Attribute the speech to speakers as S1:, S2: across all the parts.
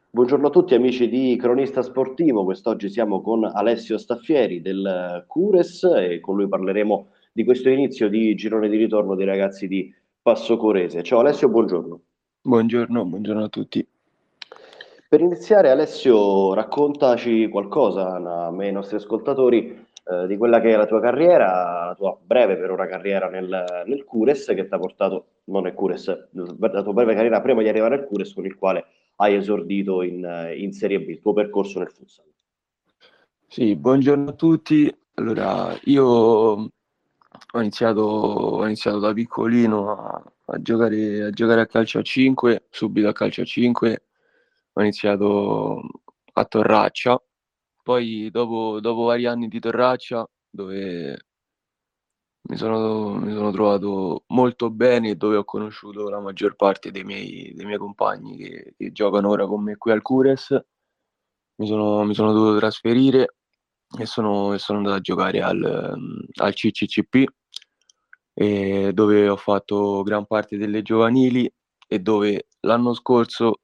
S1: Buongiorno a tutti amici di Cronista Sportivo, quest'oggi siamo con Alessio Staffieri del Cures e con lui parleremo di questo inizio di girone di ritorno dei ragazzi di Passo Corese. Ciao Alessio, buongiorno.
S2: Buongiorno a tutti.
S1: Per iniziare Alessio raccontaci qualcosa a me e ai nostri ascoltatori di quella che è la tua carriera, la tua breve per ora carriera nel Cures che ti ha portato, non è Cures, la tua breve carriera prima di arrivare al Cures con il quale hai esordito in Serie B, il tuo percorso nel futsal.
S2: Sì, buongiorno a tutti. Allora, io ho iniziato da piccolino a giocare a calcio a 5, subito a calcio a 5. Ho iniziato a Torraccia, poi dopo vari anni di Torraccia, dove mi sono trovato molto bene e dove ho conosciuto la maggior parte dei miei compagni che giocano ora con me qui al Cures. Mi sono dovuto trasferire e sono andato a giocare al CCCP, dove ho fatto gran parte delle giovanili e dove l'anno scorso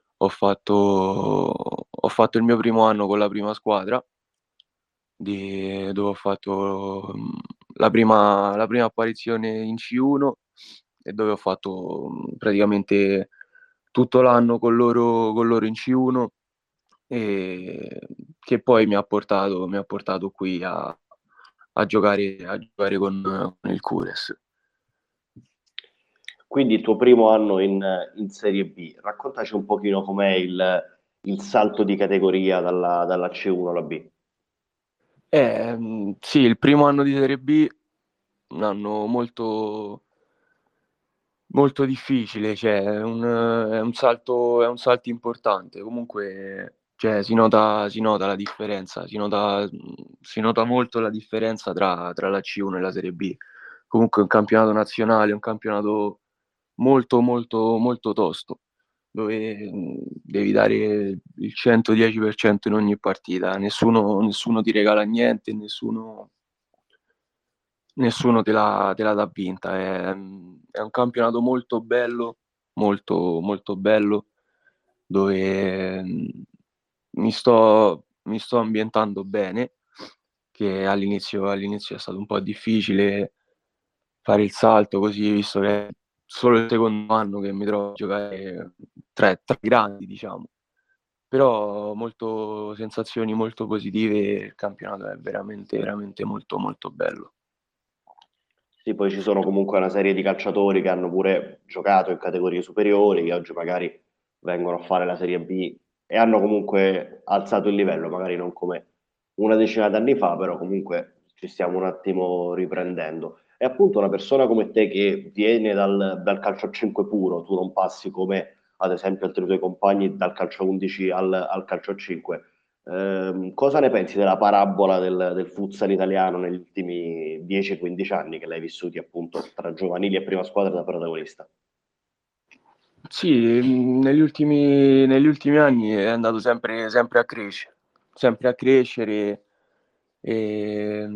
S2: ho fatto il mio primo anno con la prima squadra, dove ho fatto la prima apparizione in C1 e dove ho fatto praticamente tutto l'anno con loro in C1, e che poi mi ha portato qui a giocare con il Cures.
S1: Quindi il tuo primo anno in Serie B, raccontaci un pochino com'è il salto di categoria dalla C1 alla B.
S2: Sì, il primo anno di Serie B, un anno molto, molto difficile, cioè è un salto importante. Comunque, cioè, si nota la differenza, si nota molto la differenza tra la C1 e la Serie B. Comunque è un campionato nazionale, un campionato molto molto molto tosto, dove devi dare il 110% in ogni partita, nessuno ti regala niente, nessuno te la dà vinta. È un campionato molto bello, molto, molto bello, dove mi sto ambientando bene, che all'inizio è stato un po' difficile fare il salto così, visto che è solo il secondo anno che mi trovo a giocare tra i grandi, diciamo. Però sensazioni molto positive, il campionato è veramente, veramente molto, molto bello.
S1: Sì, poi ci sono comunque una serie di calciatori che hanno pure giocato in categorie superiori, che oggi magari vengono a fare la Serie B e hanno comunque alzato il livello, magari non come una decina d'anni fa, però comunque ci stiamo un attimo riprendendo. E appunto una persona come te che viene dal calcio a 5 puro, tu non passi come ad esempio altri tuoi compagni dal calcio a 11 al calcio a 5. Cosa ne pensi della parabola del futsal italiano negli ultimi 10-15 anni che l'hai vissuti appunto tra giovanili e prima squadra da protagonista?
S2: Sì, negli ultimi anni è andato sempre a crescere e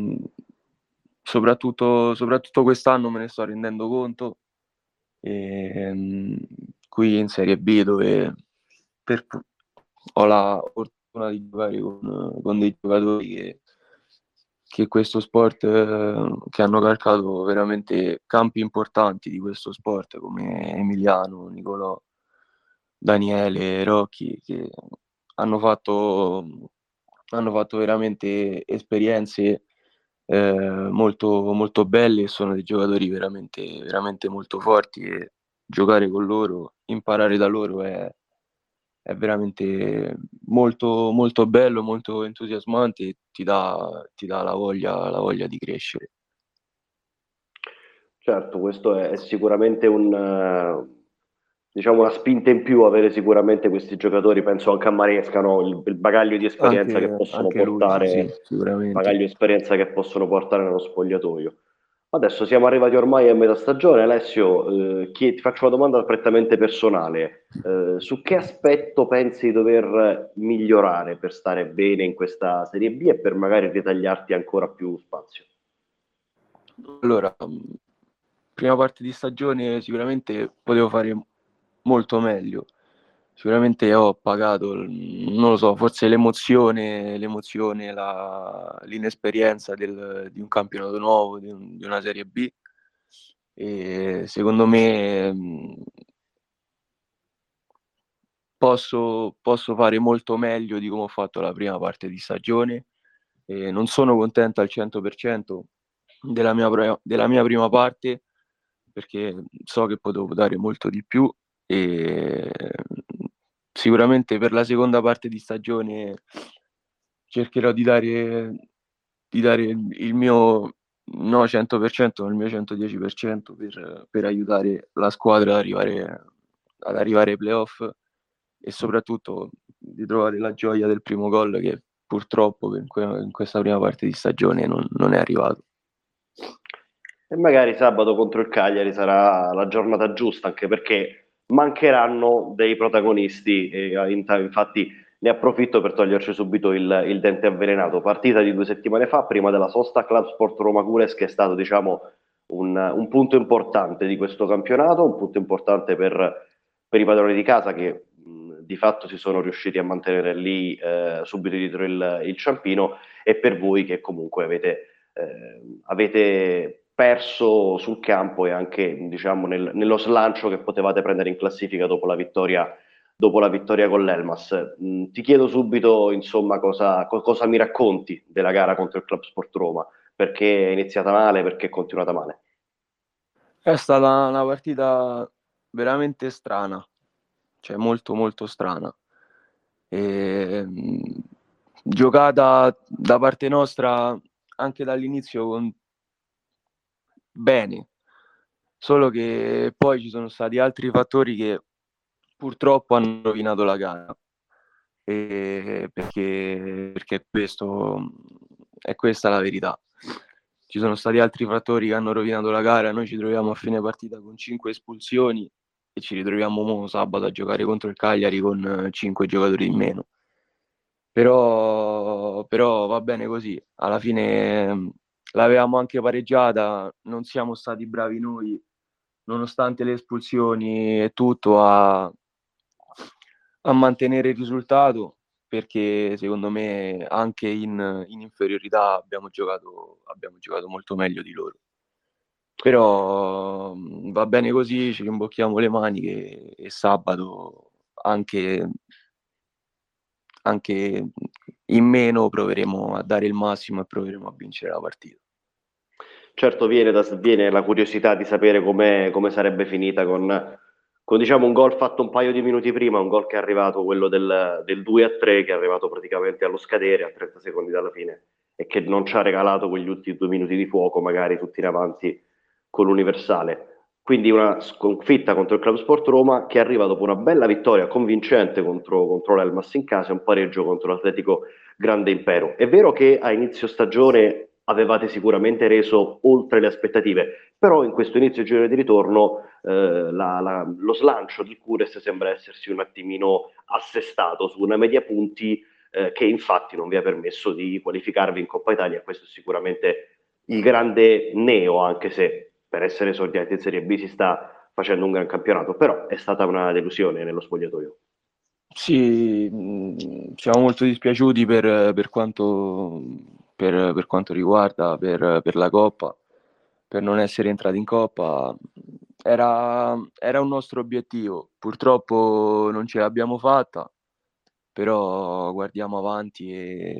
S2: soprattutto quest'anno me ne sto rendendo conto. E, qui in Serie B, dove per- ho la fortuna di giocare con dei giocatori che questo sport, che hanno calcato veramente campi importanti di questo sport, come Emiliano, Nicolò, Daniele, Rocchi, che hanno fatto, hanno fatto veramente esperienze molto, molto belle, e sono dei giocatori veramente, veramente molto forti, e giocare con loro, imparare da loro è veramente molto, molto bello, molto entusiasmante, e ti dà la voglia di crescere.
S1: Certo, questo è sicuramente diciamo una spinta in più avere sicuramente questi giocatori, penso anche a Maresca, no? Il bagaglio di esperienza che possono
S2: Anche lui, sì, sì,
S1: portare,
S2: sicuramente.
S1: bagaglio di esperienza che possono portare nello spogliatoio. Adesso siamo arrivati ormai a metà stagione, Alessio, ti faccio una domanda prettamente personale. Su che aspetto pensi di dover migliorare per stare bene in questa Serie B e per magari ritagliarti ancora più spazio?
S2: Allora, prima parte di stagione sicuramente potevo fare molto meglio, sicuramente ho pagato, non lo so, forse l'emozione, l'inesperienza di un campionato nuovo, di una Serie B. E secondo me posso fare molto meglio di come ho fatto la prima parte di stagione. E non sono contento al 100% della mia prima parte, perché so che potevo dare molto di più, e sicuramente per la seconda parte di stagione cercherò di dare il mio no 100%, ma il mio 110% per aiutare la squadra ad arrivare ai playoff, e soprattutto di trovare la gioia del primo gol, che purtroppo in questa prima parte di stagione non è arrivato.
S1: E magari sabato contro il Cagliari sarà la giornata giusta, anche perché mancheranno dei protagonisti. E infatti ne approfitto per toglierci subito il dente avvelenato. Partita di 2 settimane fa, prima della sosta, Club Sport Roma Cures, che è stato, diciamo, un punto importante di questo campionato, un punto importante per i padroni di casa, che di fatto si sono riusciti a mantenere lì subito dietro il Ciampino, e per voi che comunque avete perso sul campo, e anche, diciamo, nello slancio che potevate prendere in classifica dopo la vittoria con l'Elmas. Ti chiedo subito, insomma, cosa mi racconti della gara contro il Club Sport Roma, perché è iniziata male, perché è continuata male.
S2: È stata una partita veramente strana, cioè molto molto strana. E, giocata da parte nostra anche dall'inizio bene, solo che poi ci sono stati altri fattori che purtroppo hanno rovinato la gara, perché è questa la verità. Ci sono stati altri fattori che hanno rovinato la gara. Noi ci troviamo a fine partita con 5 espulsioni e ci ritroviamo sabato a giocare contro il Cagliari con 5 giocatori in meno. Però va bene così. Alla fine l'avevamo anche pareggiata, non siamo stati bravi noi, nonostante le espulsioni e tutto, a mantenere il risultato, perché secondo me anche in inferiorità abbiamo giocato molto meglio di loro. Però va bene così, ci rimbocchiamo le maniche, e sabato anche in meno proveremo a dare il massimo e proveremo a vincere la partita.
S1: Certo, viene la curiosità di sapere come sarebbe finita con, diciamo, un gol fatto un paio di minuti prima, un gol che è arrivato, quello del 2-3, che è arrivato praticamente allo scadere, a 30 secondi dalla fine, e che non ci ha regalato quegli ultimi 2 minuti di fuoco, magari tutti in avanti con l'Universale. Quindi una sconfitta contro il Club Sport Roma, che arriva dopo una bella vittoria convincente contro l'Elmas in casa, e un pareggio contro l'Atletico Grande Impero. È vero che a inizio stagione avevate sicuramente reso oltre le aspettative, però in questo inizio girone di ritorno lo slancio del Cures sembra essersi un attimino assestato su una media punti, che infatti non vi ha permesso di qualificarvi in Coppa Italia. Questo è sicuramente il grande neo, anche se per essere esordienti in Serie B si sta facendo un gran campionato, però è stata una delusione nello spogliatoio.
S2: Sì, siamo molto dispiaciuti per quanto riguarda per la Coppa, per non essere entrati in Coppa. Era un nostro obiettivo, purtroppo non ce l'abbiamo fatta, però guardiamo avanti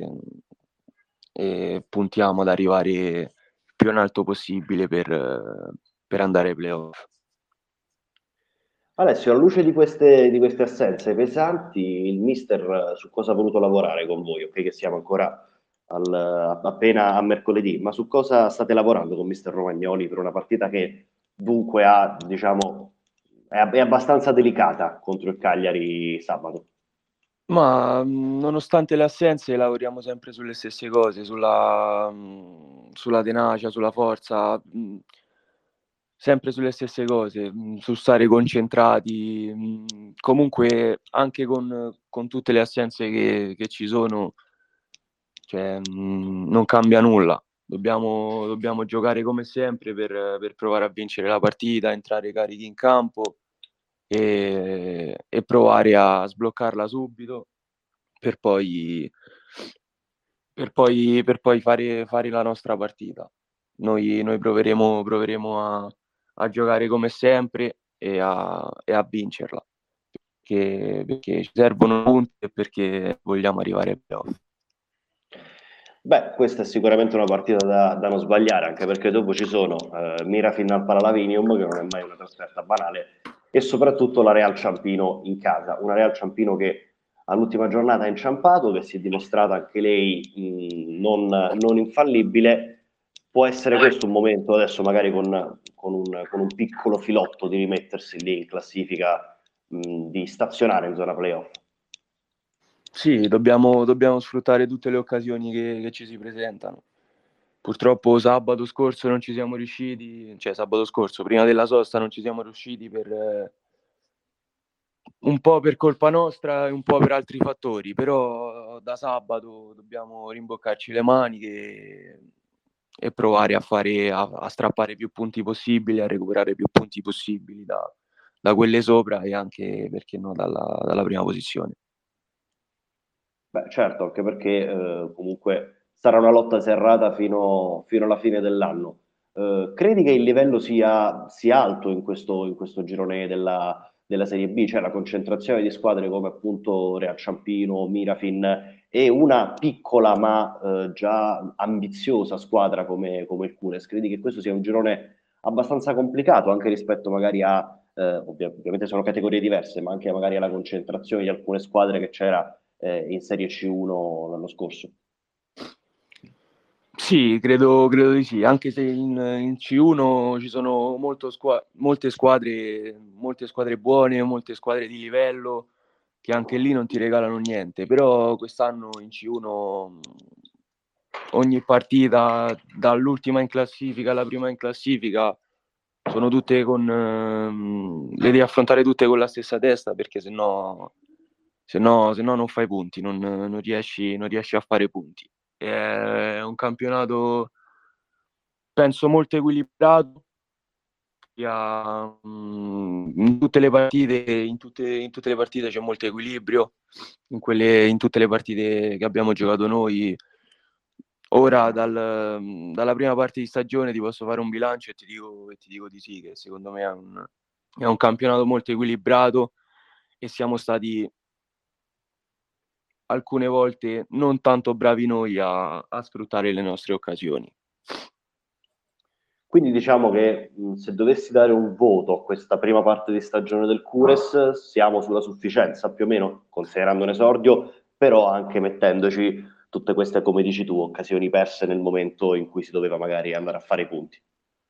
S2: e puntiamo ad arrivare il più in alto possibile per andare ai playoff.
S1: Alessio, alla luce di queste assenze pesanti, il mister su cosa ha voluto lavorare con voi? Ok, che siamo ancora appena a mercoledì, ma su cosa state lavorando con mister Romagnoli per una partita che dunque diciamo, è abbastanza delicata contro il Cagliari sabato?
S2: Ma nonostante le assenze lavoriamo sempre sulle stesse cose, sulla tenacia, sulla forza, sempre sulle stesse cose, su stare concentrati. Comunque anche con tutte le assenze che ci sono, cioè, non cambia nulla. Dobbiamo giocare come sempre per provare a vincere la partita, entrare carichi in campo e provare a sbloccarla subito per poi, per poi fare la nostra partita. Noi proveremo a giocare come sempre e a vincerla, perché ci servono punti e perché vogliamo arrivare ai playoff.
S1: Beh, questa è sicuramente una partita da non sbagliare, anche perché dopo ci sono Mirafin al Paralavinium, che non è mai una trasferta banale, e soprattutto la Real Ciampino in casa. Una Real Ciampino che all'ultima giornata ha inciampato, che si è dimostrata anche lei non infallibile. Può essere questo un momento adesso, magari con un piccolo filotto, di rimettersi lì in classifica, di stazionare in zona playoff.
S2: Sì, dobbiamo sfruttare tutte le occasioni che ci si presentano. Purtroppo sabato scorso non ci siamo riusciti, cioè sabato scorso, prima della sosta, non ci siamo riusciti un po' per colpa nostra e un po' per altri fattori, però da sabato dobbiamo rimboccarci le maniche e provare a strappare più punti possibili, a recuperare più punti possibili da quelle sopra e anche, perché no, dalla prima posizione.
S1: Beh, certo, anche perché comunque sarà una lotta serrata fino alla fine dell'anno. Credi che il livello sia alto in questo girone della Serie B? Cioè la concentrazione di squadre come appunto Real Ciampino, Mirafin e una piccola ma già ambiziosa squadra come il Cures. Credi che questo sia un girone abbastanza complicato anche rispetto magari ovviamente sono categorie diverse, ma anche magari alla concentrazione di alcune squadre che c'era in Serie C1 l'anno scorso?
S2: Sì, credo di sì, anche se in C1 ci sono molte squadre buone, molte squadre di livello che anche lì non ti regalano niente, però quest'anno in C1 ogni partita, dall'ultima in classifica alla prima in classifica, sono tutte le devi affrontare tutte con la stessa testa, perché se no non fai punti, non riesci a fare punti. È un campionato, penso, molto equilibrato. In tutte le partite, in tutte le partite c'è molto equilibrio. In tutte le partite che abbiamo giocato noi, ora dalla prima parte di stagione ti posso fare un bilancio e ti dico di sì, che secondo me è un campionato molto equilibrato e siamo stati alcune volte non tanto bravi noi a sfruttare le nostre occasioni.
S1: Quindi diciamo che se dovessi dare un voto a questa prima parte di stagione del Cures, siamo sulla sufficienza più o meno, considerando un esordio, però anche mettendoci tutte queste, come dici tu, occasioni perse nel momento in cui si doveva magari andare a fare i punti.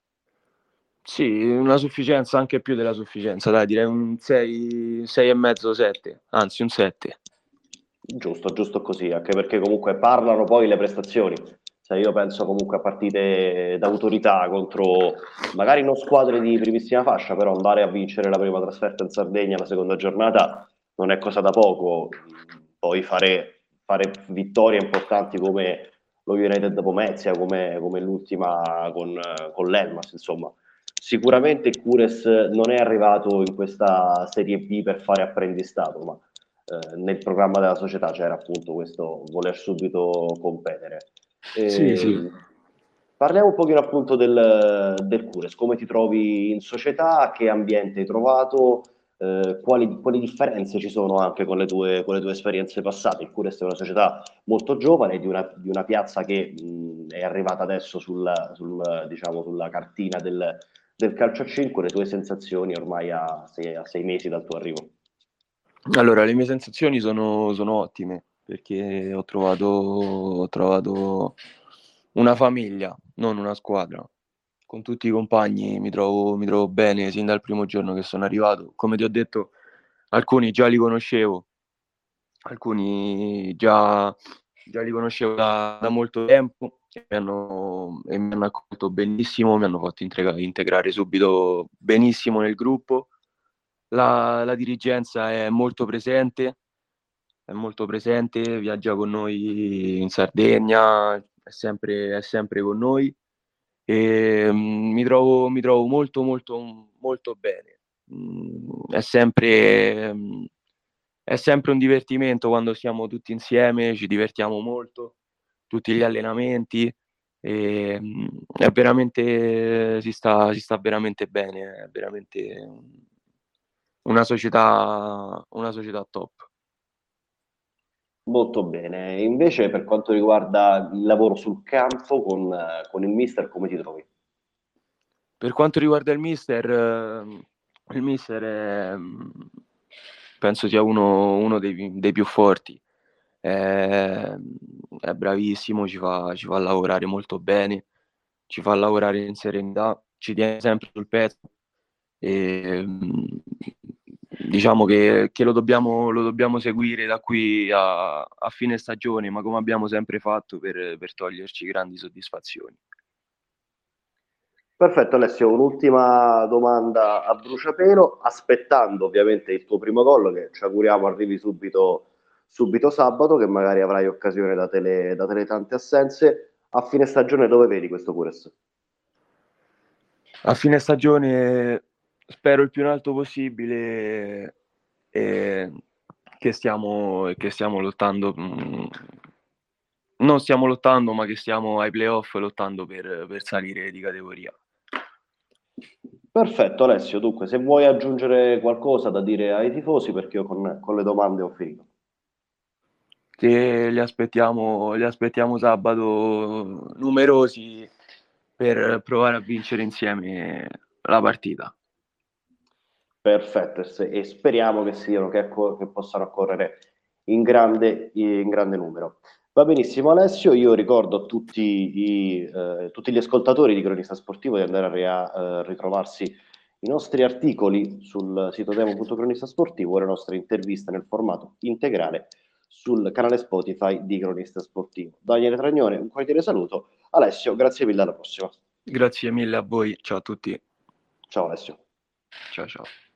S2: Sì, una sufficienza, anche più della sufficienza, dai, direi un 6, 6 e mezzo, 7, anzi un 7.
S1: Giusto, giusto così, anche perché comunque parlano poi le prestazioni. Se io penso comunque a partite d'autorità contro magari non squadre di primissima fascia, però andare a vincere la prima trasferta in Sardegna la seconda giornata non è cosa da poco. Poi fare vittorie importanti come lo United Pomezia, come l'ultima con l'Elmas, insomma. Sicuramente il Cures non è arrivato in questa Serie B per fare apprendistato, ma nel programma della società c'era appunto questo voler subito competere.
S2: Sì, sì.
S1: E, parliamo un pochino appunto del Cures, come ti trovi in società, che ambiente hai trovato, quali differenze ci sono anche con le tue esperienze passate. Il Cures è una società molto giovane, di una piazza che è arrivata adesso diciamo, sulla cartina del calcio a 5, le tue sensazioni ormai a sei mesi dal tuo arrivo.
S2: Allora, le mie sensazioni sono ottime, perché ho trovato una famiglia, non una squadra. Con tutti i compagni mi trovo bene sin dal primo giorno che sono arrivato. Come ti ho detto, alcuni già li conoscevo, alcuni già li conoscevo da molto tempo e mi hanno accolto benissimo, mi hanno fatto integrare subito benissimo nel gruppo. La dirigenza è molto presente, viaggia con noi in Sardegna, è sempre con noi e mi trovo molto molto molto bene. è sempre, è sempre un divertimento quando siamo tutti insieme, ci divertiamo molto, tutti gli allenamenti, e è veramente, si sta veramente bene, è veramente una società top.
S1: Molto bene. Invece, per quanto riguarda il lavoro sul campo con il mister, come ti trovi?
S2: Per quanto riguarda il mister penso sia uno dei più forti. È, è bravissimo, ci fa lavorare molto bene, ci fa lavorare in serenità, ci tiene sempre sul pezzo. E, diciamo che lo dobbiamo seguire da qui a fine stagione, ma come abbiamo sempre fatto per toglierci grandi soddisfazioni.
S1: Perfetto, Alessio, un'ultima domanda a bruciapelo, aspettando ovviamente il tuo primo gol, che ci auguriamo arrivi subito sabato, che magari avrai occasione date le tante assenze. A fine stagione dove vedi questo Cures?
S2: A fine stagione spero il più in alto possibile e che stiamo lottando, non stiamo lottando, ma che stiamo ai playoff lottando per salire di categoria.
S1: Perfetto, Alessio, dunque, se vuoi aggiungere qualcosa da dire ai tifosi, perché io con le domande ho finito.
S2: Che li aspettiamo sabato numerosi per provare a vincere insieme la partita.
S1: Perfetto, e speriamo che siano, che possano accorrere in grande numero. Va benissimo, Alessio. Io ricordo a tutti gli ascoltatori di Cronista Sportivo di andare a ritrovarsi i nostri articoli sul sito demo.cronista sportivo e le nostre interviste nel formato integrale sul canale Spotify di Cronista Sportivo. Daniele Tragnone, un cordiale saluto. Alessio, grazie mille, alla prossima.
S2: Grazie mille a voi, ciao a tutti.
S1: Ciao Alessio.
S2: Ciao ciao.